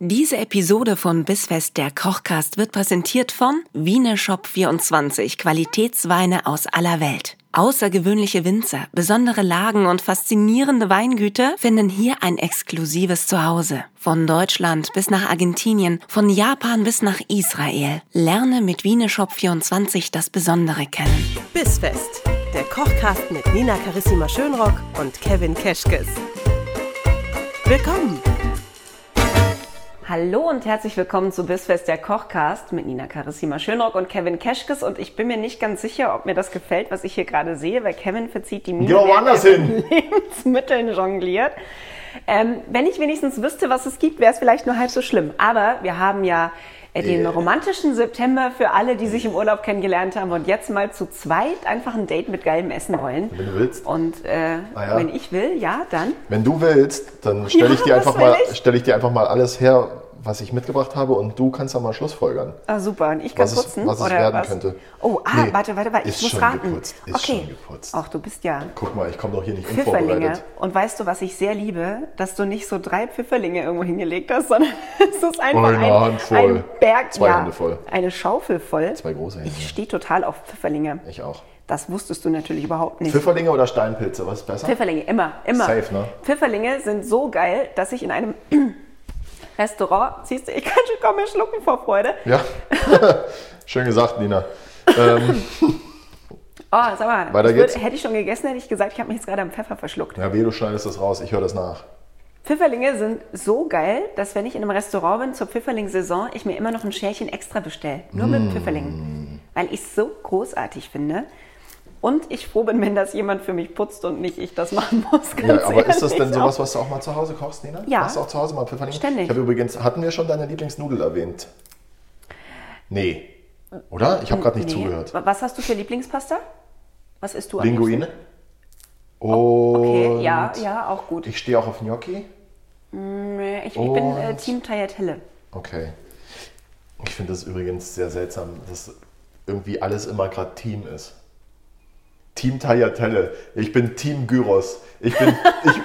Diese Episode von Bissfest, der Kochcast, wird präsentiert von Wieneshop24, Qualitätsweine aus aller Welt. Außergewöhnliche Winzer, besondere Lagen und faszinierende Weingüter finden hier ein exklusives Zuhause. Von Deutschland bis nach Argentinien, von Japan bis nach Israel. Lerne mit Wieneshop24 das Besondere kennen. Bissfest, der Kochcast mit Nina Carissima Schönrock und Kevin Keschkes. Willkommen! Hallo und herzlich willkommen zu Bissfest, der Kochcast mit Nina Carissima Schönrock und Kevin Keschkes. Und ich bin mir nicht ganz sicher, ob mir das gefällt, was ich hier gerade sehe, weil Kevin verzieht die Miene, woanders hin. Lebensmitteln jongliert. Wenn ich wenigstens wüsste, was es gibt, wäre es vielleicht nur halb so schlimm. Aber wir haben ja den romantischen September für alle, die sich im Urlaub kennengelernt haben und jetzt mal zu zweit einfach ein Date mit geilem Essen wollen. Wenn du willst. Und wenn ich will, ja, dann. Wenn du willst, dann stelle ich dir einfach mal alles her, was ich mitgebracht habe, und du kannst dann mal schlussfolgern. Ah, super. Und ich kann putzen? Was es werden könnte. Oh, warte, ich muss raten. Geputzt. Ist schon geputzt. Ach, du bist ja... Guck mal, ich komme doch hier nicht Pfifferlinge. unvorbereitet. Und weißt du, was ich sehr liebe? Dass du nicht so 3 Pfifferlinge irgendwo hingelegt hast, sondern es ist einfach ein Berg. 2 Hände voll. Eine Schaufel voll. 2 große Hände. Ich stehe total auf Pfifferlinge. Ich auch. Das wusstest du natürlich überhaupt nicht. Pfifferlinge oder Steinpilze, was ist besser? Pfifferlinge, immer. Safe, ne? Pfifferlinge sind so geil, dass ich in einem Restaurant, siehst du, ich kann schon kaum mehr schlucken vor Freude. Ja, schön gesagt, Nina. Sag mal, Weiter geht's. Hätte ich schon gegessen, hätte ich gesagt, ich habe mich jetzt gerade am Pfeffer verschluckt. Ja, du schneidest das raus, ich höre das nach. Pfifferlinge sind so geil, dass wenn ich in einem Restaurant bin zur Pfifferling-Saison, ich mir immer noch ein Schälchen extra bestelle. Nur mit Pfifferlingen. Weil ich es so großartig finde. Und ich froh bin, wenn das jemand für mich putzt und nicht ich das machen muss. Ja, aber ist das denn sowas, was du auch mal zu Hause kochst, Nina? Ja. Machst du auch zu Hause mal Pfifferlinge? Ständig. Ich habe übrigens, hatten wir schon deine Lieblingsnudel erwähnt? Nee. Oder? Ich habe gerade nicht zugehört. Was hast du für Lieblingspasta? Was isst du am Linguine. Und okay, ja, auch gut. Ich stehe auch auf Gnocchi. Ich bin Team Tagliatelle. Okay. Ich finde das übrigens sehr seltsam, dass irgendwie alles immer gerade Team ist. Team Tagliatelle. Ich bin Team Gyros. Ich bin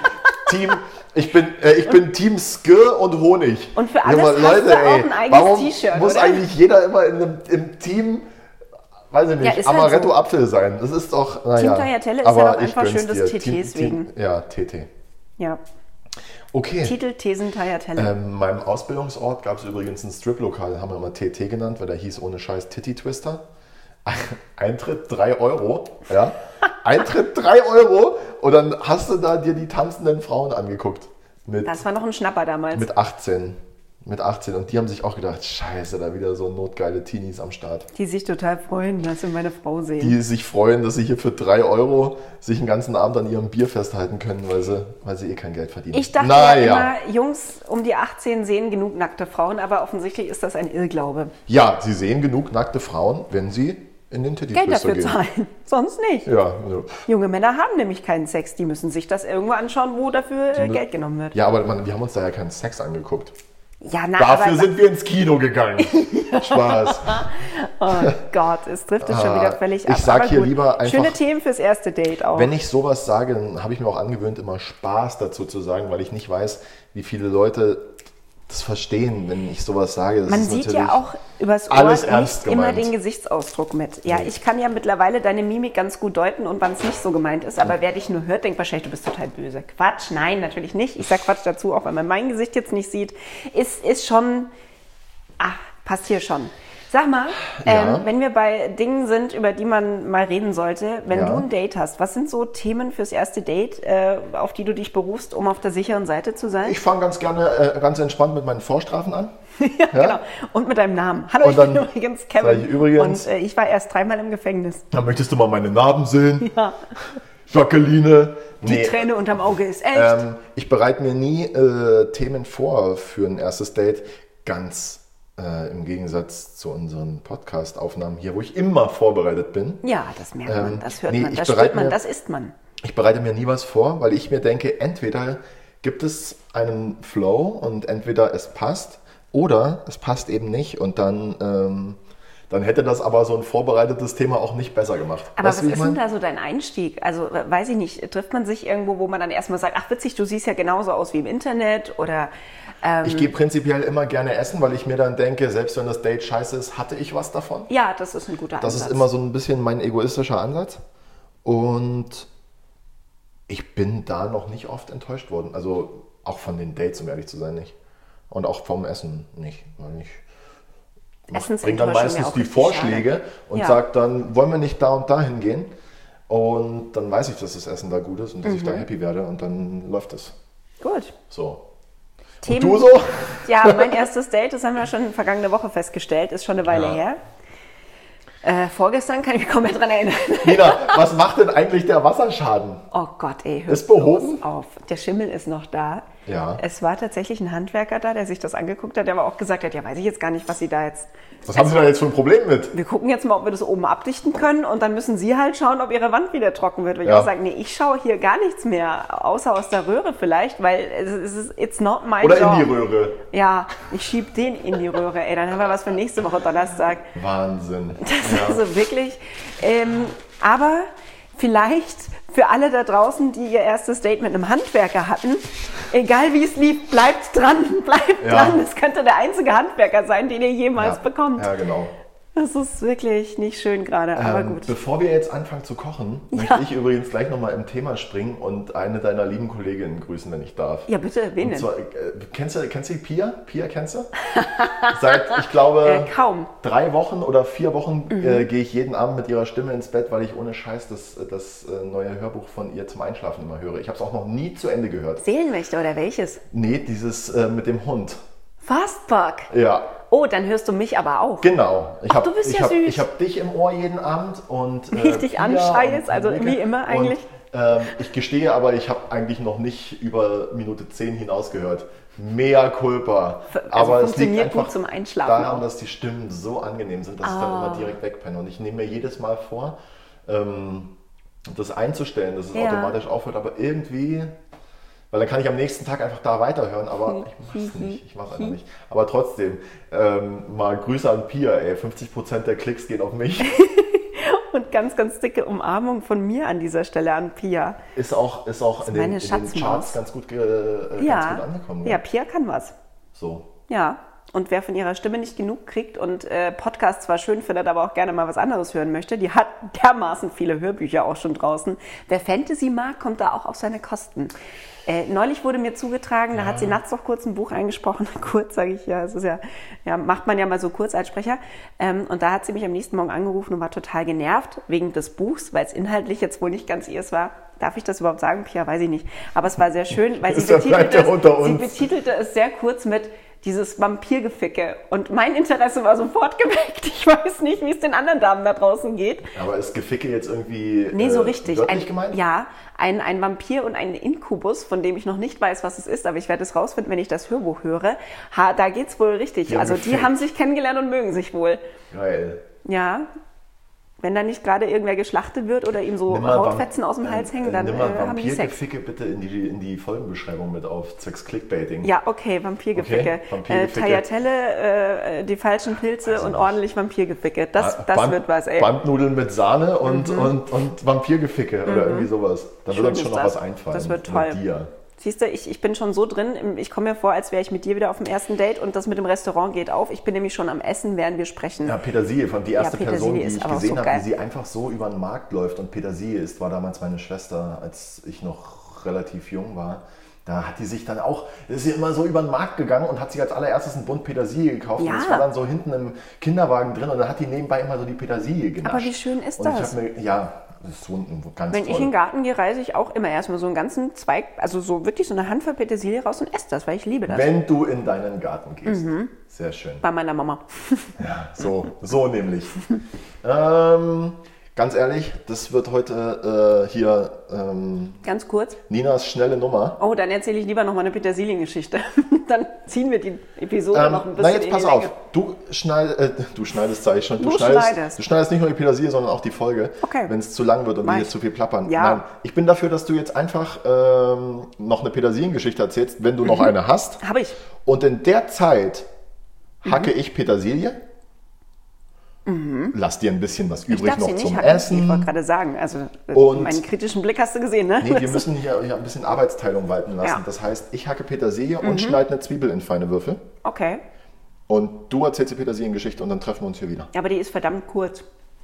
Team Skir und Honig. Und für alles hast Leute, du auch ein eigenes T-Shirt, muss oder? eigentlich jeder immer im Team, weiß ich nicht, ja, Amaretto halt so. Apfel sein? Das ist doch, naja. Team Tagliatelle ist ja doch einfach schön des TTs wegen. Ja, TT. Ja. Okay. Titel Thesen Tagliatelle. Meinem Ausbildungsort gab es übrigens ein Strip-Lokal, haben wir immer TT genannt, weil der hieß ohne Scheiß Titty Twister. Eintritt 3 €, ja. Eintritt 3 € und dann hast du da dir die tanzenden Frauen angeguckt. Das war noch ein Schnapper damals. Mit 18. Und die haben sich auch gedacht, scheiße, da wieder so notgeile Teenies am Start. Die sich total freuen, dass sie meine Frau sehen. Die sich freuen, dass sie hier für 3 € sich den ganzen Abend an ihrem Bier festhalten können, weil sie eh kein Geld verdienen. Ich dachte ja immer, Jungs um die 18 sehen genug nackte Frauen, aber offensichtlich ist das ein Irrglaube. Ja, sie sehen genug nackte Frauen, wenn sie in den Titty Geld Twister dafür gehen. zahlen, sonst nicht. Ja. Junge Männer haben nämlich keinen Sex, die müssen sich das irgendwo anschauen, wo dafür Geld genommen wird. Ja, aber wir haben uns da ja keinen Sex angeguckt. Ja, Dafür sind wir ins Kino gegangen. Spaß. Oh Gott, es trifft es schon wieder völlig ab. Ich sag aber hier gut, lieber einfach... schöne Themen fürs erste Date auch. Wenn ich sowas sage, dann habe ich mir auch angewöhnt, immer Spaß dazu zu sagen, weil ich nicht weiß, wie viele Leute das verstehen, wenn ich sowas sage. Das Man ist sieht ja auch übers Ohr alles nicht ernst immer gemeint. den Gesichtsausdruck mit. Ja, ich kann ja mittlerweile deine Mimik ganz gut deuten und wann es nicht so gemeint ist, aber wer dich nur hört, denkt wahrscheinlich, du bist total böse. Quatsch, nein, natürlich nicht. Ich sag Quatsch dazu, auch wenn man mein Gesicht jetzt nicht sieht. Ist schon, passt hier schon. Sag mal, wenn wir bei Dingen sind, über die man mal reden sollte, wenn du ein Date hast, was sind so Themen fürs erste Date, auf die du dich berufst, um auf der sicheren Seite zu sein? Ich fange ganz gerne, ganz entspannt mit meinen Vorstrafen an. Ja, genau. Und mit deinem Namen. Hallo, Und ich dann bin übrigens Kevin. Übrigens, und ich war erst 3-mal im Gefängnis. Da möchtest du mal meine Narben sehen? Ja. Jacqueline. Die Träne unterm Auge ist echt. Ich bereite mir nie Themen vor für ein erstes Date. Ganz im Gegensatz zu unseren Podcast-Aufnahmen hier, wo ich immer vorbereitet bin. Ja, das merkt man, das hört man, das spürt man, das isst man. Ich bereite mir nie was vor, weil ich mir denke, entweder gibt es einen Flow und entweder es passt oder es passt eben nicht und dann Dann hätte das aber so ein vorbereitetes Thema auch nicht besser gemacht. Aber Weißt was du, wie ist ich denn mein? da so dein Einstieg? Also weiß ich nicht, trifft man sich irgendwo, wo man dann erstmal sagt, ach witzig, du siehst ja genauso aus wie im Internet oder... Ich gehe prinzipiell immer gerne essen, weil ich mir dann denke, selbst wenn das Date scheiße ist, hatte ich was davon. Ja, das ist ein guter Ansatz. Das ist immer so ein bisschen mein egoistischer Ansatz. Und ich bin da noch nicht oft enttäuscht worden. Also auch von den Dates, um ehrlich zu sein, nicht. Und auch vom Essen nicht. Weil ich bringe dann meistens die Vorschläge und sage dann, wollen wir nicht da und da hingehen? Und dann weiß ich, dass das Essen da gut ist und dass ich da happy werde und dann läuft es. Gut. So. Themen, Und du so? Ja, mein erstes Date, das haben wir schon vergangene Woche festgestellt, ist schon eine Weile her. Vorgestern kann ich mich kaum mehr dran erinnern. Nina, was macht denn eigentlich der Wasserschaden? Oh Gott, ey, hör Ist behoben? bloß auf. Der Schimmel ist noch da. Ja. Es war tatsächlich ein Handwerker da, der sich das angeguckt hat, der aber auch gesagt hat, ja, weiß ich jetzt gar nicht, was Sie da jetzt... Was haben Sie da jetzt für ein Problem mit? Wir gucken jetzt mal, ob wir das oben abdichten können und dann müssen Sie halt schauen, ob Ihre Wand wieder trocken wird. Weil ich Ja. auch sage, nee, ich schaue hier gar nichts mehr, außer aus der Röhre vielleicht, weil it's not my Oder job. in die Röhre? Ja, ich schieb den in die Röhre. Ey, dann haben wir was für nächste Woche Donnerstag. Wahnsinn. Das ist also wirklich. Aber vielleicht für alle da draußen, die ihr erstes Date mit einem Handwerker hatten, egal wie es lief, bleibt dran, bleibt dran. Das könnte der einzige Handwerker sein, den ihr jemals bekommt. Ja, genau. Das ist wirklich nicht schön gerade, aber gut. Bevor wir jetzt anfangen zu kochen, möchte ich übrigens gleich nochmal im Thema springen und eine deiner lieben Kolleginnen grüßen, wenn ich darf. Ja, bitte, wen Und denn? zwar, kennst du die Pia? Pia kennst du? Seit, ich glaube, Kaum. 3 Wochen oder 4 Wochen gehe ich jeden Abend mit ihrer Stimme ins Bett, weil ich ohne Scheiß das neue Hörbuch von ihr zum Einschlafen immer höre. Ich habe es auch noch nie zu Ende gehört. Seelenwächter oder welches? Nee, dieses mit dem Hund. Fastpark. Ja. Oh, dann hörst du mich aber auch. Genau. du bist ja süß. Ich habe dich im Ohr jeden Abend und Wie ich dich Pia anschreie, und also Ulrike. wie immer eigentlich. Und, ich gestehe aber, ich habe eigentlich noch nicht über Minute 10 hinaus gehört. Mea culpa. Aber es liegt funktioniert einfach gut zum Einschlafen daran, auch. dass die Stimmen so angenehm sind, dass ich dann immer direkt wegpenne. Und ich nehme mir jedes Mal vor, das einzustellen, dass es automatisch aufhört, aber irgendwie... Weil dann kann ich am nächsten Tag einfach da weiterhören, aber ich mach's nicht. Ich mach's einfach nicht. Aber trotzdem, mal Grüße an Pia, ey. 50% der Klicks gehen auf mich. Und ganz, ganz dicke Umarmung von mir an dieser Stelle an Pia. Ist auch in meine den Schatzmaus. Charts ganz gut angekommen. Ja, Pia kann was. So. Ja. Und wer von ihrer Stimme nicht genug kriegt und Podcast zwar schön findet, aber auch gerne mal was anderes hören möchte, die hat dermaßen viele Hörbücher auch schon draußen. Wer Fantasy mag, kommt da auch auf seine Kosten. Neulich wurde mir zugetragen, da hat sie nachts noch kurz ein Buch eingesprochen. Kurz, sage ich ja, es ist ja, macht man ja mal so kurz als Sprecher. Und da hat sie mich am nächsten Morgen angerufen und war total genervt wegen des Buchs, weil es inhaltlich jetzt wohl nicht ganz ihrs war. Darf ich das überhaupt sagen, Pia? Weiß ich nicht. Aber es war sehr schön, weil sie betitelte es sehr kurz mit dieses Vampirgeficke. Und mein Interesse war sofort geweckt. Ich weiß nicht, wie es den anderen Damen da draußen geht. Aber ist Geficke jetzt irgendwie Nee, so richtig. wörtlich gemeint? Ja, ein Vampir und ein Inkubus, von dem ich noch nicht weiß, was es ist, aber ich werde es rausfinden, wenn ich das Hörbuch höre. Da geht's wohl richtig. Also die haben sich kennengelernt und mögen sich wohl. Geil. Ja. Wenn da nicht gerade irgendwer geschlachtet wird oder ihm so Hautfetzen aus dem Hals hängen, dann nimm mal haben die Sex. Vampirgeficke bitte in die Folgenbeschreibung mit auf, zwecks Clickbaiting. Ja, okay, Vampirgeficke. Okay, Vampirgeficke. Tagliatelle, die falschen Pilze und ordentlich Vampirgeficke. Das wird was, ey. Bandnudeln mit Sahne und Vampirgeficke oder irgendwie sowas. Dann Schön wird uns ist schon noch das. was einfallen. Das wird toll. Mit dir. Siehst du, ich bin schon so drin, ich komme mir vor, als wäre ich mit dir wieder auf dem ersten Date und das mit dem Restaurant geht auf. Ich bin nämlich schon am Essen, während wir sprechen. Ja, Petersilie, von die erste Person, die Petersilie ich ist aber gesehen so habe, geil. wie sie einfach so über den Markt läuft und Petersilie ist, war damals meine Schwester, als ich noch relativ jung war. Da hat die sich dann auch, ist sie immer so über den Markt gegangen und hat sich als allererstes einen Bund Petersilie gekauft. Ja. Und das war dann so hinten im Kinderwagen drin und dann hat die nebenbei immer so die Petersilie genascht. Aber wie schön ist und das? Ich hab mir, ja, das ist ganz Wenn toll. ich in den Garten gehe, reiße ich auch immer erstmal so einen ganzen Zweig, also so wirklich so eine Handvoll Petersilie raus und esse das, weil ich liebe das. Wenn du in deinen Garten gehst. Sehr schön. Bei meiner Mama. Ja, so nämlich. Ganz ehrlich, das wird heute hier Ganz kurz. Ninas schnelle Nummer. Oh, dann erzähle ich lieber noch mal eine Petersiliengeschichte. Dann ziehen wir die Episode noch ein bisschen Na jetzt in pass die auf, Länge. du schneidest, sag ich schon. Du schneidest. Du schneidest nicht nur die Petersilie, sondern auch die Folge, Okay. wenn es zu lang wird und wir Mach jetzt ich. zu viel plappern. Ja. Nein, ich bin dafür, dass du jetzt einfach noch eine Petersiliengeschichte erzählst, wenn du noch eine hast. Habe ich. Und in der Zeit hacke ich Petersilie Lass dir ein bisschen was Ich übrig darf sie noch nicht zum hacken. Ich Essen. wollte gerade sagen, also Und- meinen kritischen Blick hast du gesehen, ne? Nee, wir müssen hier ein bisschen Arbeitsteilung walten lassen. Ja. Das heißt, ich hacke Petersilie und schneide eine Zwiebel in feine Würfel. Okay, Und du erzählst die Petersiliengeschichte und dann treffen wir uns hier wieder. aber die ist verdammt kurz.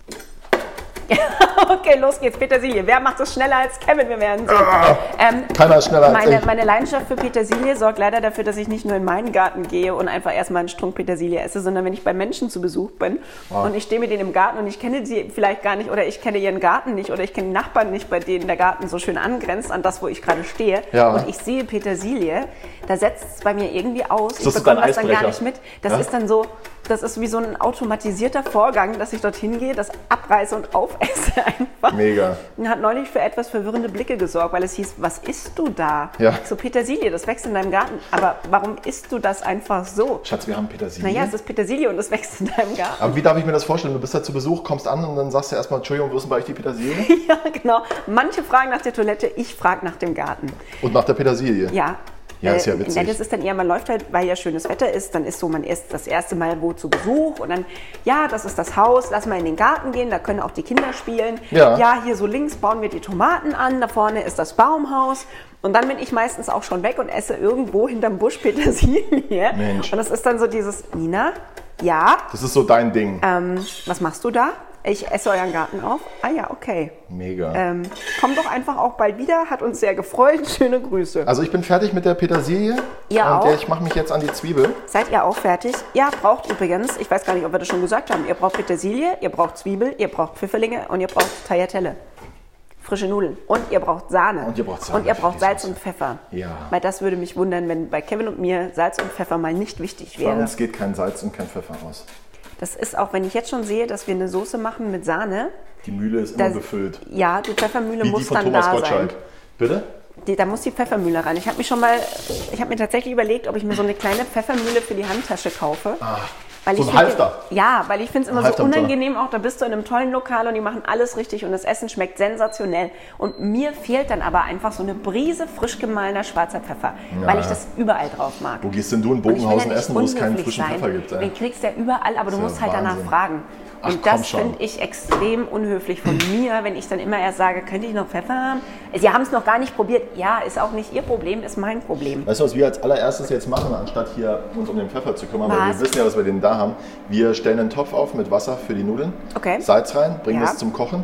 Okay, los geht's, Petersilie. Wer macht es schneller als Kevin? Wir werden sehen. Keiner ist schneller als ich. Meine Leidenschaft für Petersilie sorgt leider dafür, dass ich nicht nur in meinen Garten gehe und einfach erstmal einen Strunk Petersilie esse, sondern wenn ich bei Menschen zu Besuch bin und ich stehe mit denen im Garten und ich kenne sie vielleicht gar nicht oder ich kenne ihren Garten nicht oder ich kenne die Nachbarn nicht, bei denen der Garten so schön angrenzt an das, wo ich gerade stehe Ja. und ich sehe Petersilie, da setzt es bei mir irgendwie aus. Ich Das ist bekomme dein das dann gar Eisbrecher. nicht mit. Das Ja? ist dann so, das ist wie so ein automatisierter Vorgang, dass ich dorthin gehe, das abreiße und aufesse einfach. Mega. Und hat neulich für etwas verwirrende Blicke gesorgt, weil es hieß, was isst du da? Ja. So Petersilie, das wächst in deinem Garten. Aber warum isst du das einfach so? Schatz, wir haben Petersilie. Naja, es ist Petersilie und es wächst in deinem Garten. Aber wie darf ich mir das vorstellen? Du bist da zu Besuch, kommst an und dann sagst du erstmal, Entschuldigung, wo ist denn bei euch die Petersilie? Ja, genau. Manche fragen nach der Toilette, ich frage nach dem Garten. Und nach der Petersilie. Ja. Ja, ist ja witzig. Das ist dann eher, man läuft halt, weil ja schönes Wetter ist, dann ist so, man ist das erste Mal wo zu Besuch und dann, ja, das ist das Haus, lass mal in den Garten gehen, da können auch die Kinder spielen. Ja. Hier so links bauen wir die Tomaten an, da vorne ist das Baumhaus und dann bin ich meistens auch schon weg und esse irgendwo hinterm Busch Petersilie. Mensch. Und das ist dann so dieses, Nina, ja, Das ist so dein Ding. was machst du da? Ich esse euren Garten auf. Ah ja, okay. Mega. Komm doch einfach auch bald wieder, hat uns sehr gefreut. Schöne Grüße. Also ich bin fertig mit der Petersilie. Ihr und auch? ich mache mich jetzt an die Zwiebel. Seid ihr auch fertig? Ja, braucht übrigens, ich weiß gar nicht, ob wir das schon gesagt haben, ihr braucht Petersilie, ihr braucht Zwiebel, ihr braucht Pfifferlinge und ihr braucht Tagliatelle. Frische Nudeln. Und ihr braucht Sahne. Und ihr braucht Sahne Und ihr für braucht die Salz Soße. und Pfeffer. Ja. Weil das würde mich wundern, wenn bei Kevin und mir Salz und Pfeffer mal nicht wichtig Bei wäre. uns geht kein Salz und kein Pfeffer aus. Das ist auch, wenn ich jetzt schon sehe, dass wir eine Soße machen mit Sahne. Die Mühle ist immer Das- befüllt. Ja, die Pfeffermühle Wie die muss von dann Thomas da Gottschalk. sein. Bitte? Da muss die Pfeffermühle rein. Ich habe mir tatsächlich überlegt, ob ich mir so eine kleine Pfeffermühle für die Handtasche kaufe. Weil so ich ein finde- Halfter. Ja, weil ich finde es immer so Halfter. unangenehm auch, da bist du in einem tollen Lokal und die machen alles richtig und das Essen schmeckt sensationell. Und mir fehlt dann aber einfach so eine Brise frisch gemahlener schwarzer Pfeffer, weil ich das überall drauf mag. Wo gehst denn du in Und ich will ja Bogenhausen nicht essen, wo es keinen unhöflich frischen sein. Pfeffer gibt? Den kriegst du ja überall, aber du ist musst ja halt danach Wahnsinn. fragen. Ach, Und komm das schon. finde ich extrem unhöflich von mir, wenn ich dann immer erst sage, könnte ich noch Pfeffer haben? Sie haben es noch gar nicht probiert. Ja, ist auch nicht Ihr Problem, ist mein Problem. Weißt du, was wir als allererstes jetzt machen, anstatt hier uns um den Pfeffer zu kümmern, weil Was? wir wissen ja, was wir den da haben. Wir stellen einen Topf auf mit Wasser für die Nudeln, Okay. Salz rein, bringen Ja. das zum Kochen.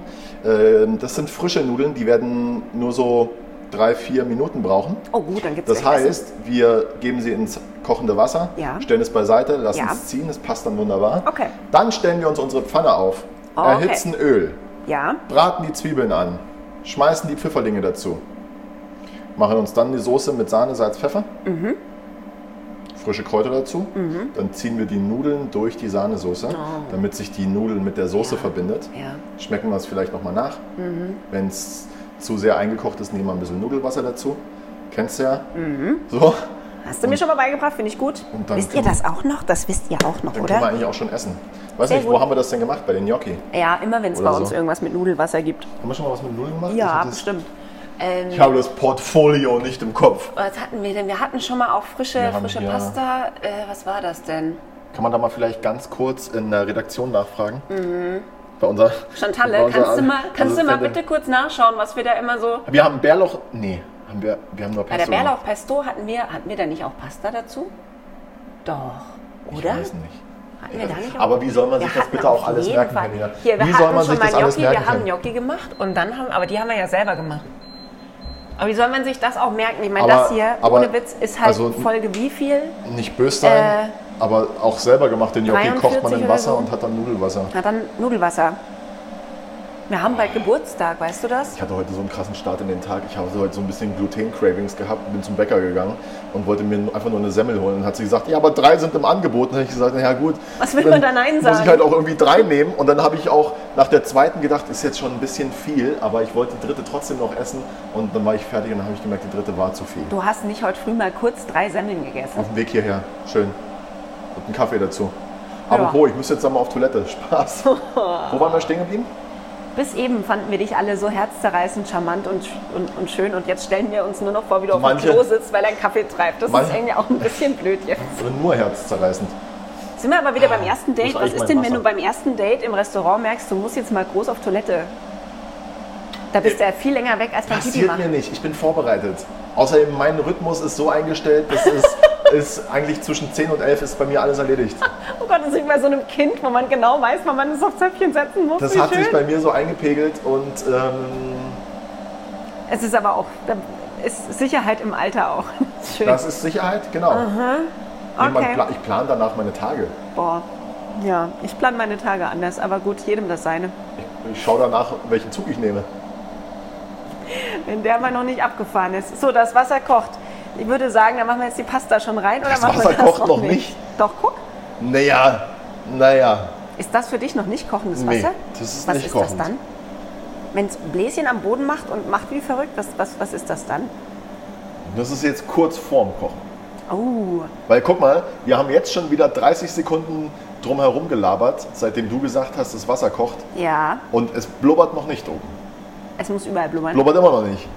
Das sind frische Nudeln, die werden nur so 3-4 Minuten brauchen. Oh gut, dann gibt es Das heißt, wir geben sie ins kochende Wasser, Ja. stellen es beiseite, lassen Ja. es ziehen, es passt dann wunderbar. Okay. Dann stellen wir uns unsere Pfanne auf, Oh, okay. erhitzen Öl, Ja, braten die Zwiebeln an, schmeißen die Pfifferlinge dazu, machen uns dann die Soße mit Sahne, Salz, Pfeffer, frische Kräuter dazu, dann ziehen wir die Nudeln durch die Sahnesoße, damit sich die Nudeln mit der Soße verbindet. ja. Schmecken wir es vielleicht nochmal nach. Wenn es zu sehr eingekocht ist, nehmen wir ein bisschen Nudelwasser dazu. Kennst du ja. So. Hast du mir schon mal beigebracht, finde ich gut. Und dann Wisst ihr können- das auch noch? Das wisst ihr auch noch, Dann können wir oder? eigentlich auch schon essen. Weiß Sehr nicht, wo gut. haben wir das denn gemacht? Bei den Gnocchi? Ja, immer wenn es Oder bei uns so. irgendwas mit Nudelwasser gibt. Haben wir schon mal was mit Nudeln gemacht? Ja, Ich, bestimmt. ich habe das Portfolio nicht im Kopf. Was hatten wir denn? Wir hatten schon mal auch frische haben hier- Pasta. Was war das denn? Kann man da mal vielleicht ganz kurz in der Redaktion nachfragen? Bei unserer, bei Chantalle, unserer kannst du mal Assistentin. bitte kurz nachschauen, was wir da immer so... Wir haben Bärlauch. Nee, wir haben nur Bei der Pesto. Bärlauchpesto hatten wir da nicht auch Pasta dazu? Doch, Ich oder? weiß nicht. Hatten wir da nicht auch? Aber wie soll man sich Wir das hatten bitte auch auf alles jeden merken Fall- können? Ja? Hier, wir Wie soll hatten man schon sich mal das alles Gnocchi, merken wir haben können? Gnocchi gemacht und dann aber die haben wir ja selber gemacht. Aber wie soll man sich das auch merken? Ich meine, Aber- das hier, aber- ohne Witz, ist halt also- Folge wie viel? Nicht böse sein, aber auch selber gemacht den Gnocchi 43 kocht man in oder Wasser so. und hat dann Nudelwasser. Na dann Nudelwasser. Wir haben bald Geburtstag, weißt du das? Ich hatte heute so einen krassen Start in den Tag. Ich habe heute so ein bisschen Gluten-Cravings gehabt, bin zum Bäcker gegangen und wollte mir einfach nur eine Semmel holen. Und hat sie gesagt, ja, aber 3 sind im Angebot. Und dann habe ich gesagt, na ja gut. Was will man da Nein Muss sagen? ich halt auch irgendwie 3 nehmen. Und dann habe ich auch nach der zweiten gedacht, ist jetzt schon ein bisschen viel, aber ich wollte die dritte trotzdem noch essen. Und dann war ich fertig und dann habe ich gemerkt, die dritte war zu viel. Du hast nicht heute früh mal kurz 3 Semmeln gegessen. Auf dem Weg hierher. Schön. Und einen Kaffee dazu. Apropos, ich muss jetzt einmal auf Toilette. Spaß. Wo waren wir stehen geblieben? Bis eben fanden wir dich alle so herzzerreißend, charmant und schön. Und jetzt stellen wir uns nur noch vor, wie du auf dem Manche- Klo sitzt, weil er einen Kaffee treibt. Das ist Manche- irgendwie auch ein bisschen blöd jetzt. Oder nur herzzerreißend. Sind wir aber wieder beim ersten Date. Wo Was ist ist eigentlich denn, mein wenn du Wasser? beim ersten Date im Restaurant merkst, du musst jetzt mal groß auf Toilette? Da bist du ja viel länger weg als beim Pipi Passiert mir machen. nicht, ich bin vorbereitet. Außerdem, mein Rhythmus ist so eingestellt, dass es ist eigentlich zwischen 10 und 11 ist bei mir alles erledigt. Oh Gott, das ist wie bei so einem Kind, wo man genau weiß, wann man es auf Zöpfchen setzen muss. Das Wie hat schön. sich bei mir so eingepegelt und Es ist aber auch, da ist Sicherheit im Alter auch. Schön. das ist Sicherheit, genau. Nee, Okay. ich plane danach meine Tage. Boah. Ja, ich plane meine Tage anders, aber gut, jedem das seine. Ich schaue danach, welchen Zug ich nehme. Wenn der mal noch nicht abgefahren ist. So, das Wasser kocht. Ich würde sagen, da machen wir jetzt die Pasta schon rein. Oder Das machen wir Wasser das kocht noch nicht. Doch, guck. Naja. Ist das für dich noch nicht kochendes Nee, Wasser? das ist Was nicht ist kochend. das dann? Wenn es Bläschen am Boden macht und macht wie verrückt, was ist das dann? Das ist jetzt kurz vorm Kochen. Oh, Weil guck mal, wir haben jetzt schon wieder 30 Sekunden drumherum gelabert, seitdem du gesagt hast, das Wasser kocht. ja. Und es blubbert noch nicht oben. Es muss überall blubbern. Blubbert immer noch nicht.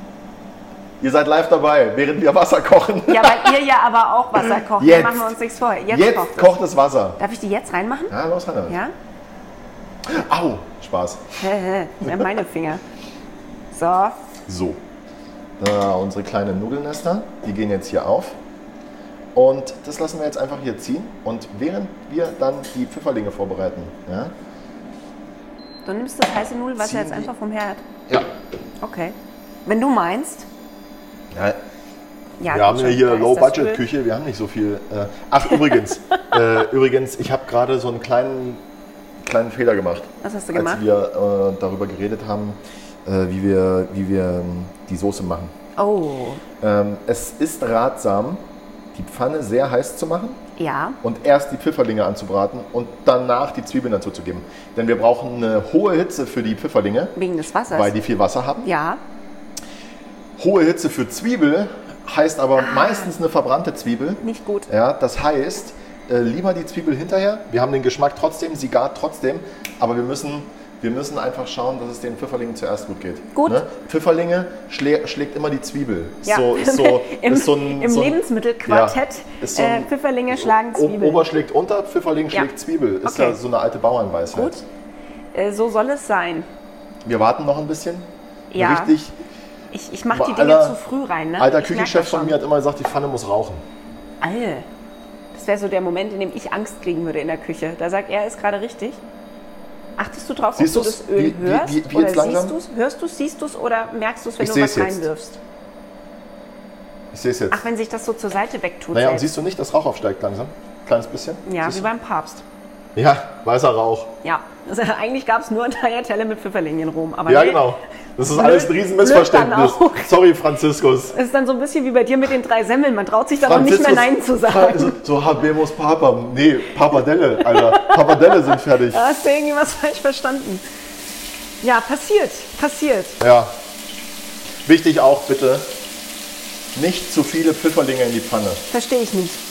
Ihr seid live dabei, während wir Wasser kochen. Ja, weil ihr ja aber auch Wasser kocht. Jetzt. Da machen wir uns nichts vor. Jetzt, Jetzt kocht es. kocht das Wasser. Darf ich die jetzt reinmachen? Ja, los rein damit. Ja? Au, Spaß. Ja, meine Finger. So. So, unsere kleinen Nudelnester, die gehen jetzt hier auf. Und das lassen wir jetzt einfach hier ziehen. Und während wir dann die Pfifferlinge vorbereiten, ja, Du nimmst das heiße Nudelwasser Ziehen jetzt die- einfach vom Herd. ja, Okay. Wenn du meinst. ja Ja, wir haben ja schon, hier da ist das Low-Budget-Küche, wir haben nicht so viel. Ach, übrigens, ich habe gerade so einen kleinen Fehler gemacht. Was hast du gemacht? Als wir darüber geredet haben, wie wir die Soße machen. Oh, Es ist ratsam, die Pfanne sehr heiß zu machen ja. und erst die Pfifferlinge anzubraten und danach die Zwiebeln dazu zu geben. Denn wir brauchen eine hohe Hitze für die Pfifferlinge, Wegen des Wassers. weil die viel Wasser haben. Ja. Hohe Hitze für Zwiebel heißt aber meistens eine verbrannte Zwiebel. Nicht gut. Ja, das heißt, lieber die Zwiebel hinterher. Wir haben den Geschmack trotzdem, sie gart trotzdem, aber wir müssen einfach schauen, dass es den Pfifferlingen zuerst gut geht. Gut. Ne? Pfifferlinge schlägt immer die Zwiebel. Ja. Im Lebensmittelquartett. Ja, ist so ein- Pfifferlinge schlagen Zwiebeln. Ober schlägt unter, Pfifferling Ja. schlägt Zwiebel. Ist Okay. ja so eine alte Bauernweisheit. Gut. So soll es sein. Wir warten noch ein bisschen. Ja. Richtig. Ich mache die Dinge zu früh rein. Ne? Alter Ich merk Küchenchef das schon. von mir hat immer gesagt, die Pfanne muss rauchen. Alle. Das wäre so der Moment, in dem ich Angst kriegen würde in der Küche. Da sagt er, ist gerade richtig. Achtest du drauf, Siehst ob du du's? das Öl Wie hörst? jetzt oder langsam? siehst du es? Hörst du es, siehst du es oder merkst du es, wenn Ich du was seh's jetzt. reinwirfst? Ich sehe es jetzt. Ach, wenn sich das so zur Seite wegtut. Naja, und selbst. siehst du nicht, dass Rauch aufsteigt langsam? Kleines bisschen? Ja, Siehst wie du? beim Papst. Ja, weißer Rauch. Ja, also eigentlich gab es nur Tagliatelle mit Pfifferlingen in Rom. Aber Ja, nee, genau. Das ist Blöd- alles ein Riesenmissverständnis. blöd dann auch. Sorry, Franziskus. Es ist dann so ein bisschen wie bei dir mit den 3 Semmeln. Man traut sich dann auch nicht mehr Nein zu sagen. So habemos Papa. Nee, Papadelle, Alter. Papadelle sind fertig. Da hast du irgendwie was falsch verstanden. Ja, passiert. Ja. Wichtig auch bitte, nicht zu viele Pfifferlinge in die Pfanne. Verstehe ich nicht.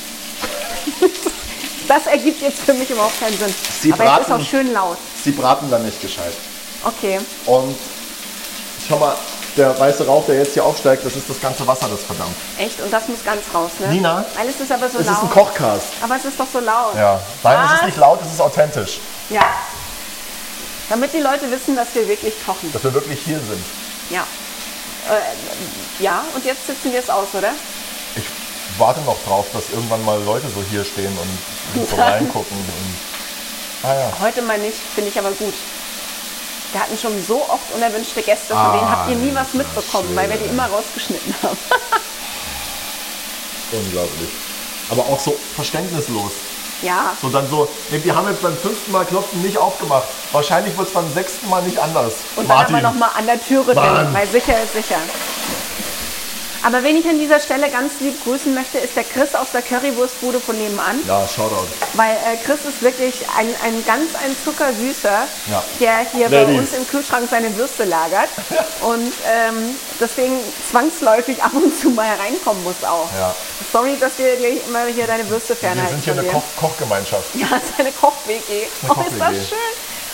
Das ergibt jetzt für mich überhaupt keinen Sinn. Sie Aber es ist braten- auch schön laut. Sie braten dann nicht gescheit. Okay. Und schau mal, der weiße Rauch, der jetzt hier aufsteigt, das ist das ganze Wasser, das verdampft. Echt? Und das muss ganz raus, ne? Nina, Weil es ist aber so Es laut. ist ein Kochcast. Aber es ist doch so laut. Ja. Nein, es Was? ist nicht laut, es ist authentisch. Ja. Damit die Leute wissen, dass wir wirklich kochen. Dass wir wirklich hier sind. Ja. Ja, und jetzt sitzen wir es aus, oder? Ich warte noch drauf, dass irgendwann mal Leute so hier stehen und so reingucken. Und, ja. Heute mal nicht, finde ich aber gut. Wir hatten schon so oft unerwünschte Gäste, von denen habt ihr nie was mitbekommen, weil wir die immer rausgeschnitten haben. Unglaublich. Aber auch so verständnislos. Ja, So dann so, nee, wir haben jetzt beim 5. Mal Klopfen nicht aufgemacht. Wahrscheinlich wird es beim 6. Mal nicht anders. und dann aber nochmal an der Tür rütteln, Mann. weil sicher ist sicher. Aber wen ich an dieser Stelle ganz lieb grüßen möchte, ist der Chris aus der Currywurstbude von nebenan. Ja, Shoutout. Weil Chris ist wirklich ein Zuckersüßer, Ja. der hier bei Ladies. uns im Kühlschrank seine Würste lagert und deswegen zwangsläufig ab und zu mal reinkommen muss auch. Ja. Sorry, dass wir dir immer hier deine Würste Wir fernhalten sind hier von eine dir. Kochgemeinschaft. Ja, es ist eine Koch-WG. Oh, ist das Koch-WG. schön.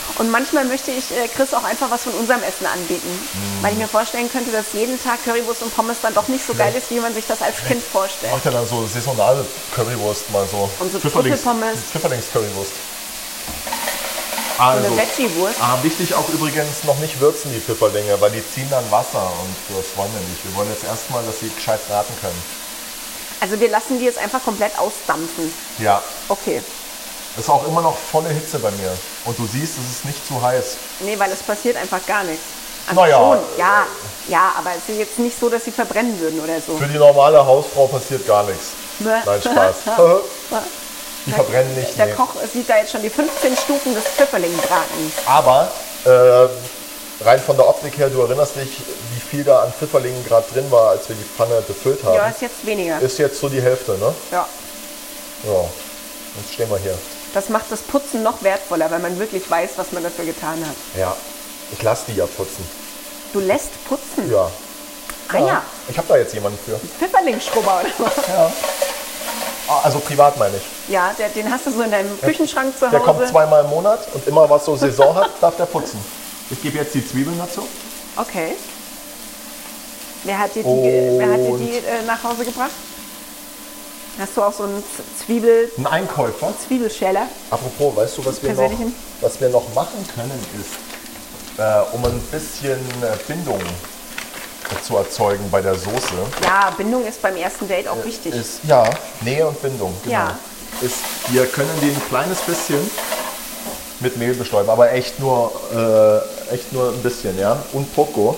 Und manchmal möchte ich Chris auch einfach was von unserem Essen anbieten. Weil ich mir vorstellen könnte, dass jeden Tag Currywurst und Pommes dann doch nicht so geil ist, wie man sich das als Kind vorstellt. Macht ja dann so saisonale Currywurst mal so. Und so Trüffelpommes. Pfifferlings-Currywurst. So eine Veggie-Wurst. Wichtig auch übrigens noch nicht würzen, die Pfifferlinge, weil die ziehen dann Wasser und das wollen wir nicht. Wir wollen jetzt erstmal, dass sie gescheit braten können. Also wir lassen die jetzt einfach komplett ausdampfen. Ja. Okay. Es ist auch immer noch volle Hitze bei mir. Und du siehst, es ist nicht zu heiß. Nee, weil es passiert einfach gar nichts. Also Naja. schon, ja, aber es ist jetzt nicht so, dass sie verbrennen würden oder so. Für die normale Hausfrau passiert gar nichts. Bäh. Nein, Spaß. Die verbrennen nicht. Der Nee. Koch sieht da jetzt schon die 15 Stufen des Pfifferlingbratens. Aber rein von der Optik her, du erinnerst dich, wie viel da an Pfifferlingen gerade drin war, als wir die Pfanne befüllt haben. Ja, ist jetzt weniger. Ist jetzt so die Hälfte, ne? Ja. Ja. Jetzt stehen wir hier. Das macht das Putzen noch wertvoller, weil man wirklich weiß, was man dafür getan hat. Ja. Ich lasse die ja putzen. Du lässt putzen? Ja. Ah ja, Ich habe da jetzt jemanden für. Pfifferlingsschrubber oder was? Ja. Also privat meine ich. Ja, den hast du so in deinem Küchenschrank zu Hause. Der kommt 2-mal im Monat und immer was so Saison hat, darf der putzen. Ich gebe jetzt die Zwiebeln dazu. Okay. Wer hat dir die, nach Hause gebracht? Hast du auch so einen Ein Einkäufer. Zwiebelschäler? Apropos, weißt du, was wir noch machen können, ist, um ein bisschen Bindung zu erzeugen bei der Soße. Ja, Bindung ist beim ersten Date auch wichtig. Ja, Nähe und Bindung. Genau. Ja. Wir können den ein kleines bisschen mit Mehl bestäuben, aber echt nur ein bisschen, ja. Und poco.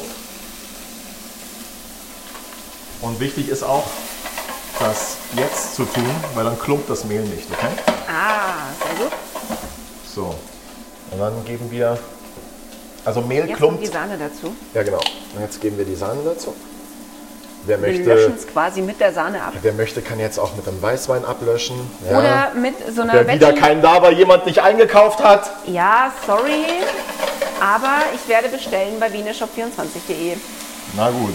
Und wichtig ist auch, das jetzt zu tun, weil dann klumpt das Mehl nicht, okay? Ah, sehr gut. So. Und dann geben wir, also Mehl Jetzt klumpt. kommt die Sahne dazu. Ja, genau. Und jetzt geben wir die Sahne dazu. Wer Wir möchte, löschen es quasi mit der Sahne ab. wer möchte, kann jetzt auch mit einem Weißwein ablöschen. Ja. Oder mit so einer Wer wieder keinen da, weil jemand nicht eingekauft hat. Ja, sorry, aber ich werde bestellen bei wieneshop24.de. Na gut.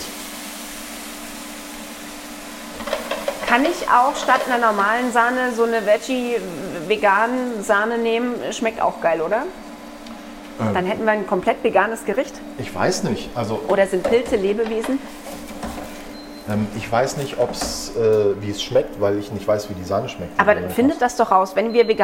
Kann ich auch statt einer normalen Sahne so eine Veggie-veganen-Sahne nehmen? Schmeckt auch geil, oder? Dann hätten wir ein komplett veganes Gericht. Ich weiß nicht. Also Oder sind Pilze Lebewesen? ich weiß nicht, wie es schmeckt, weil ich nicht weiß, wie die Sahne schmeckt. Aber findet das doch raus. Wenn wir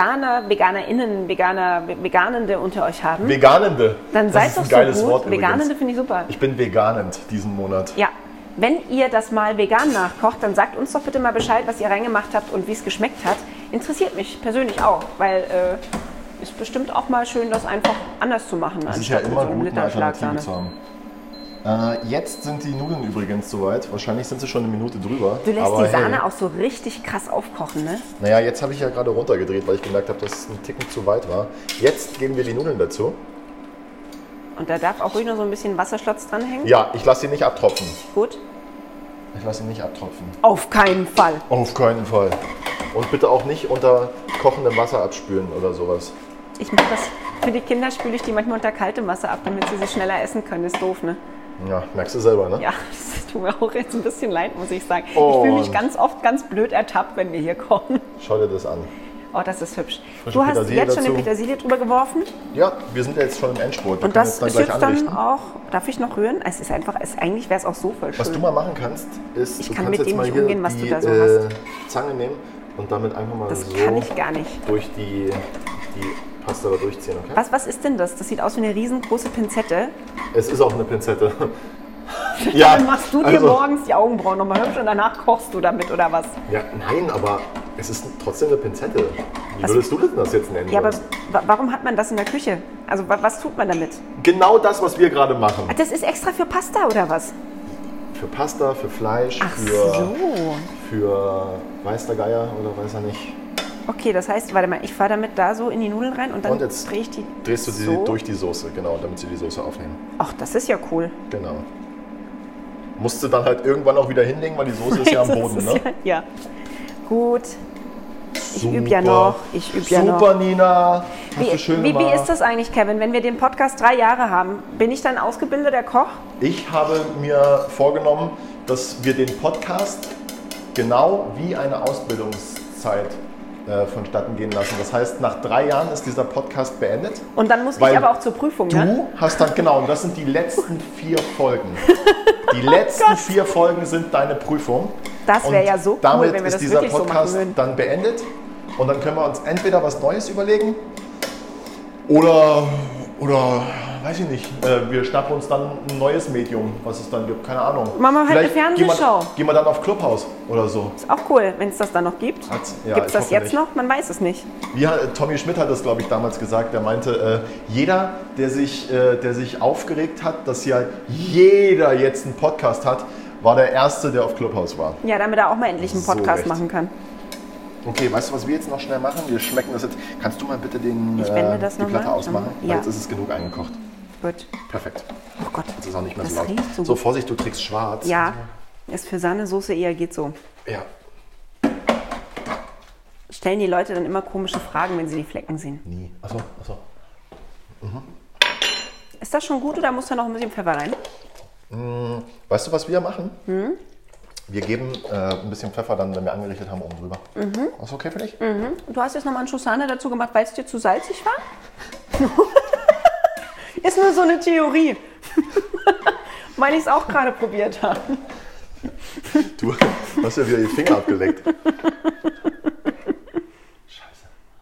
Veganende unter euch haben, Veganende. dann Das seid ist doch ein geiles so gut. Wort übrigens. Veganende finde ich super. Ich bin veganend diesen Monat. Ja, wenn ihr das mal vegan nachkocht, dann sagt uns doch bitte mal Bescheid, was ihr reingemacht habt und wie es geschmeckt hat. Interessiert mich persönlich auch, weil ist bestimmt auch mal schön, das einfach anders zu machen, Es ist ja anstatt immer mit so einem gut, eine Liter Alternative Schlagsahne. zu haben. Jetzt sind die Nudeln übrigens soweit. Wahrscheinlich sind sie schon eine Minute drüber. Du lässt aber die Sahne hey. auch so richtig krass aufkochen, ne? Naja, jetzt habe ich ja gerade runtergedreht, weil ich gemerkt habe, dass es ein Ticken zu weit war. Jetzt geben wir die Nudeln dazu. Und da darf auch ruhig noch so ein bisschen Wasserschlotz dranhängen. Ja, ich lasse sie nicht abtropfen. Gut. Ich lasse sie nicht abtropfen. Auf keinen Fall. Auf keinen Fall. Und bitte auch nicht unter kochendem Wasser abspülen oder sowas. Ich mache das für die Kinder, spüle ich die manchmal unter kaltem Wasser ab, damit sie sie schneller essen können. Ist doof, ne? Ja, merkst du selber, ne? Ja, das tut mir auch jetzt ein bisschen leid, muss ich sagen. Und- Ich fühle mich ganz oft ganz blöd ertappt, wenn wir hier kochen. Schau dir das an. Oh, das ist hübsch. Frische Du hast Petersilie jetzt schon eine dazu. Petersilie drüber geworfen. Ja, wir sind ja jetzt schon im Endspurt. Wir Und können das jetzt ist dann jetzt gleich dann anrichten. auch, darf ich noch rühren? Es ist einfach, eigentlich wäre es auch so voll schön. Was du mal machen kannst, ist, Ich du kann kannst mit jetzt dem mal nicht hier umgehen, was du die da so hast. Zange nehmen und damit einfach mal Das so kann ich gar nicht. durch die Pasta da durchziehen, okay? Was ist denn das? Das sieht aus wie eine riesengroße Pinzette. Es ist auch eine Pinzette. Ja, Dann machst du dir also- morgens die Augenbrauen nochmal hübsch und danach kochst du damit, oder was? Ja, nein, aber es ist trotzdem eine Pinzette. Wie Was- würdest du das jetzt nennen? Ja, aber sonst? warum hat man das in der Küche? Also was tut man damit? Genau das, was wir gerade machen. Ah, das ist extra für Pasta, oder was? Für Pasta, für Fleisch, Ach für, so. für weiß der Geier oder weiß er nicht. Okay, das heißt, warte mal, ich fahre damit da so in die Nudeln rein und dann Und jetzt drehe ich die drehst du sie so. durch die Soße, genau, damit sie die Soße aufnehmen. Ach, das ist ja cool. Genau. Musst du dann halt irgendwann auch wieder hinlegen, weil die Soße ist ja am Das Boden, ist ne? Ja. Gut. Ich übe ja Super. noch. Ich übe ja noch. Super, Nina. Hast du schön Wie gemacht. ist das eigentlich, Kevin, wenn wir den Podcast 3 Jahre haben? Bin ich dann ausgebildeter Koch? Ich habe mir vorgenommen, dass wir den Podcast genau wie eine Ausbildungszeit vonstatten gehen lassen. Das heißt, nach 3 Jahren ist dieser Podcast beendet. Und dann muss ich aber auch zur Prüfung, Du ne? hast dann, genau, und das sind die letzten 4 Folgen. Die letzten 4 Folgen sind deine Prüfung. Das wäre ja so cool, damit wenn wir ist das dieser wirklich so machen Podcast würden. dann beendet. Und dann können wir uns entweder was Neues überlegen oder weiß ich nicht, wir schnappen uns dann ein neues Medium, was es dann gibt, keine Ahnung. Machen wir halt eine Vielleicht Fernsehshow. Gehen wir dann auf Clubhouse oder so. Ist auch cool, wenn es das dann noch gibt. Ja, Gibt es ich das hoffe jetzt nicht. noch? Man weiß es nicht. Tommy Schmidt hat das, glaube ich, damals gesagt. Der meinte, jeder, der sich aufgeregt hat, dass ja jeder jetzt einen Podcast hat, war der Erste, der auf Clubhouse war. Ja, damit er auch mal endlich einen So Podcast recht. machen kann. Okay, weißt du, was wir jetzt noch schnell machen? Wir schmecken das jetzt. Kannst du mal bitte Ich wende das die noch Platte mal. ausmachen? Ja. Weil jetzt ist es genug eingekocht. Gut. Perfekt. Oh Gott. Jetzt ist auch nicht mehr Das so laut. riecht so So, gut. Vorsicht, du trägst schwarz. Ja, ist für Sahnesoße eher geht so. Ja. Stellen die Leute dann immer komische Fragen, wenn sie die Flecken sehen. Nie. Achso. Ist das schon gut oder muss da noch ein bisschen Pfeffer rein? Weißt du, was wir machen? Wir geben ein bisschen Pfeffer dann, wenn wir angerichtet haben, oben drüber. Ist okay für dich? Und du hast jetzt nochmal einen Schuss Sahne dazu gemacht, weil es dir zu salzig war? Ist nur so eine Theorie. Weil ich es auch gerade probiert habe. Du hast ja wieder die Finger abgeleckt. Scheiße.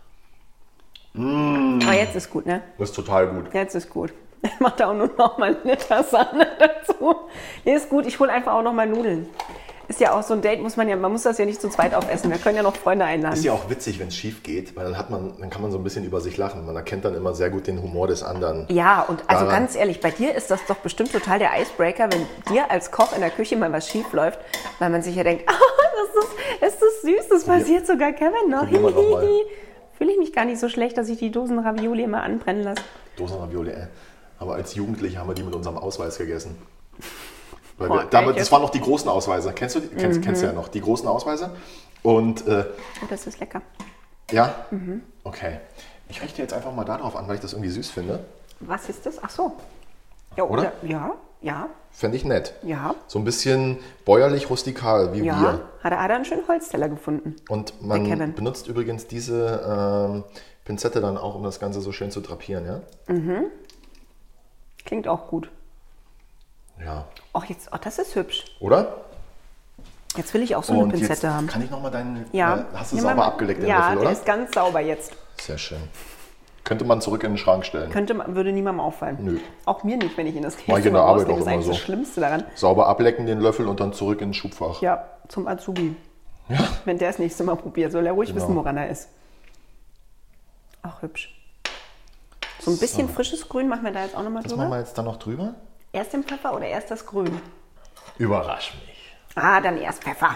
Aber jetzt ist gut, ne? Das ist total gut. Jetzt ist gut. Ich mache da auch nur noch mal einen Liter Sahne dazu. Nee, ist gut. Ich hole einfach auch noch mal Nudeln. Ist ja auch so ein Date, man muss das ja nicht zu zweit aufessen. Wir können ja noch Freunde einladen. Ist ja auch witzig, wenn es schief geht, weil dann kann man so ein bisschen über sich lachen. Man erkennt dann immer sehr gut den Humor des anderen. Ja, und also Daran. ganz ehrlich, bei dir ist das doch bestimmt total der Icebreaker, wenn dir als Koch in der Küche mal was schief läuft, weil man sich ja denkt, das ist süß, das passiert sogar Kevin noch. Probieren wir noch mal. Fühle ich mich gar nicht so schlecht, dass ich die Dosen Ravioli immer anbrennen lasse. Dosenravioli, Aber als Jugendliche haben wir die mit unserem Ausweis gegessen. Weil Boah, damals, echt? das waren noch die großen Ausweise. Kennst du ja noch, die großen Ausweise? Und Oh, das ist lecker. ja, okay. Ich richte jetzt einfach mal darauf an, weil ich das irgendwie süß finde. Was ist das? Ach so. Ja, Oder? Ja. Fände ich nett. Ja. So ein bisschen bäuerlich rustikal, wie Ja. wir. Hat er einen schönen Holzteller gefunden. Und Der man Kevin. benutzt übrigens diese Pinzette dann auch, um das Ganze so schön zu drapieren, ja? Klingt auch gut. Ja. Oh, das ist hübsch. Oder? Jetzt will ich auch so eine Und Pinzette jetzt haben. kann ich nochmal deinen... Ja. hast du Nimm sauber mal- abgeleckt, den Ja, Löffel, der oder? ist ganz sauber jetzt. Sehr schön. Könnte man zurück in den Schrank stellen. Würde niemandem auffallen. Nö. Auch mir nicht, wenn ich in das Mach ich in der Käsezimmer Arbeit rausnehme. auch Das ist immer eigentlich das so. Schlimmste daran. Sauber ablecken den Löffel und dann zurück in den Schubfach. Ja, zum Azubi. Ja. Wenn der das nächste Mal probiert, soll er ruhig Genau. wissen, woran er ist. Auch hübsch. So ein bisschen frisches Grün machen wir da jetzt auch nochmal Das machen wir drüber. jetzt dann noch drüber. Erst den Pfeffer oder erst das Grün? Überrasch mich. Ah, dann erst Pfeffer.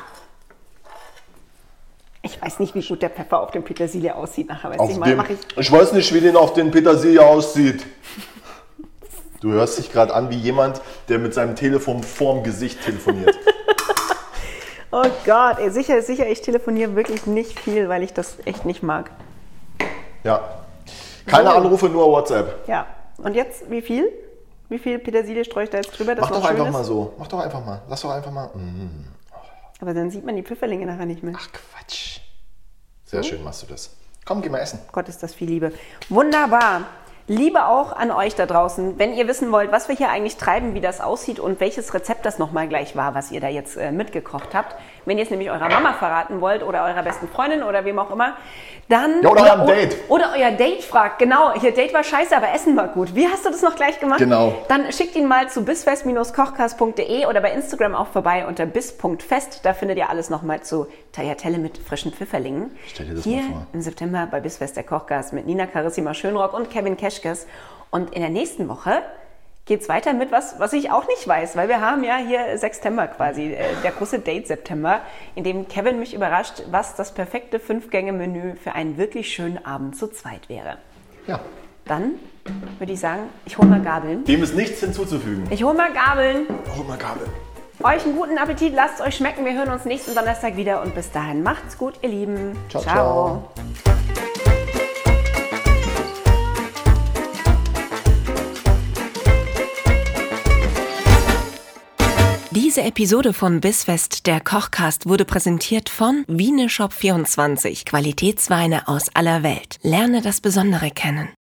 Ich weiß nicht, wie gut der Pfeffer auf dem Petersilie aussieht. Nachher weiß ich mal, mache ich weiß nicht, wie den auf den Petersilie aussieht. Du hörst dich gerade an wie jemand, der mit seinem Telefon vorm Gesicht telefoniert. Oh Gott, ey, sicher, ich telefoniere wirklich nicht viel, weil ich das echt nicht mag. Ja. Keine So. Anrufe, nur WhatsApp. Ja, und jetzt, wie viel? Wie viel Petersilie streue ich da jetzt drüber, dass Mach noch doch schön einfach ist? mal so. Mach doch einfach mal. Lass doch einfach mal. Aber dann sieht man die Pfifferlinge nachher nicht mehr. Ach Quatsch. Sehr schön machst du das. Komm, geh mal essen. Gott, ist das viel Liebe. Wunderbar. Liebe auch an euch da draußen. Wenn ihr wissen wollt, was wir hier eigentlich treiben, wie das aussieht und welches Rezept das nochmal gleich war, was ihr da jetzt mitgekocht habt. Wenn ihr es nämlich eurer Mama verraten wollt oder eurer besten Freundin oder wem auch immer, dann... Ja, oder eurem Date. Oder euer Date fragt. Genau, ihr Date war scheiße, aber Essen war gut. Wie hast du das noch gleich gemacht? Genau. Dann schickt ihn mal zu bisfest-kochkast.de oder bei Instagram auch vorbei unter bis.fest. Da findet ihr alles nochmal zu Tagliatelle mit frischen Pfifferlingen. Stell dir das Hier mal vor. im September bei Bisfest der Kochkast mit Nina Carissima Schönrock und Kevin Keschkes. Und in der nächsten Woche geht es weiter mit was ich auch nicht weiß, weil wir haben ja hier Sextember quasi, der große Date-September, in dem Kevin mich überrascht, was das perfekte 5-Gänge-Menü für einen wirklich schönen Abend zu zweit wäre. Ja. Dann würde ich sagen, ich hole mal Gabeln. Dem ist nichts hinzuzufügen. Ich hole mal Gabeln. Hol mal Gabel. Euch einen guten Appetit, lasst es euch schmecken. Wir hören uns nächsten Donnerstag wieder und bis dahin macht's gut, ihr Lieben. Ciao, ciao. Diese Episode von Bissfest, der Kochcast, wurde präsentiert von Wieneshop24, Qualitätsweine aus aller Welt. Lerne das Besondere kennen.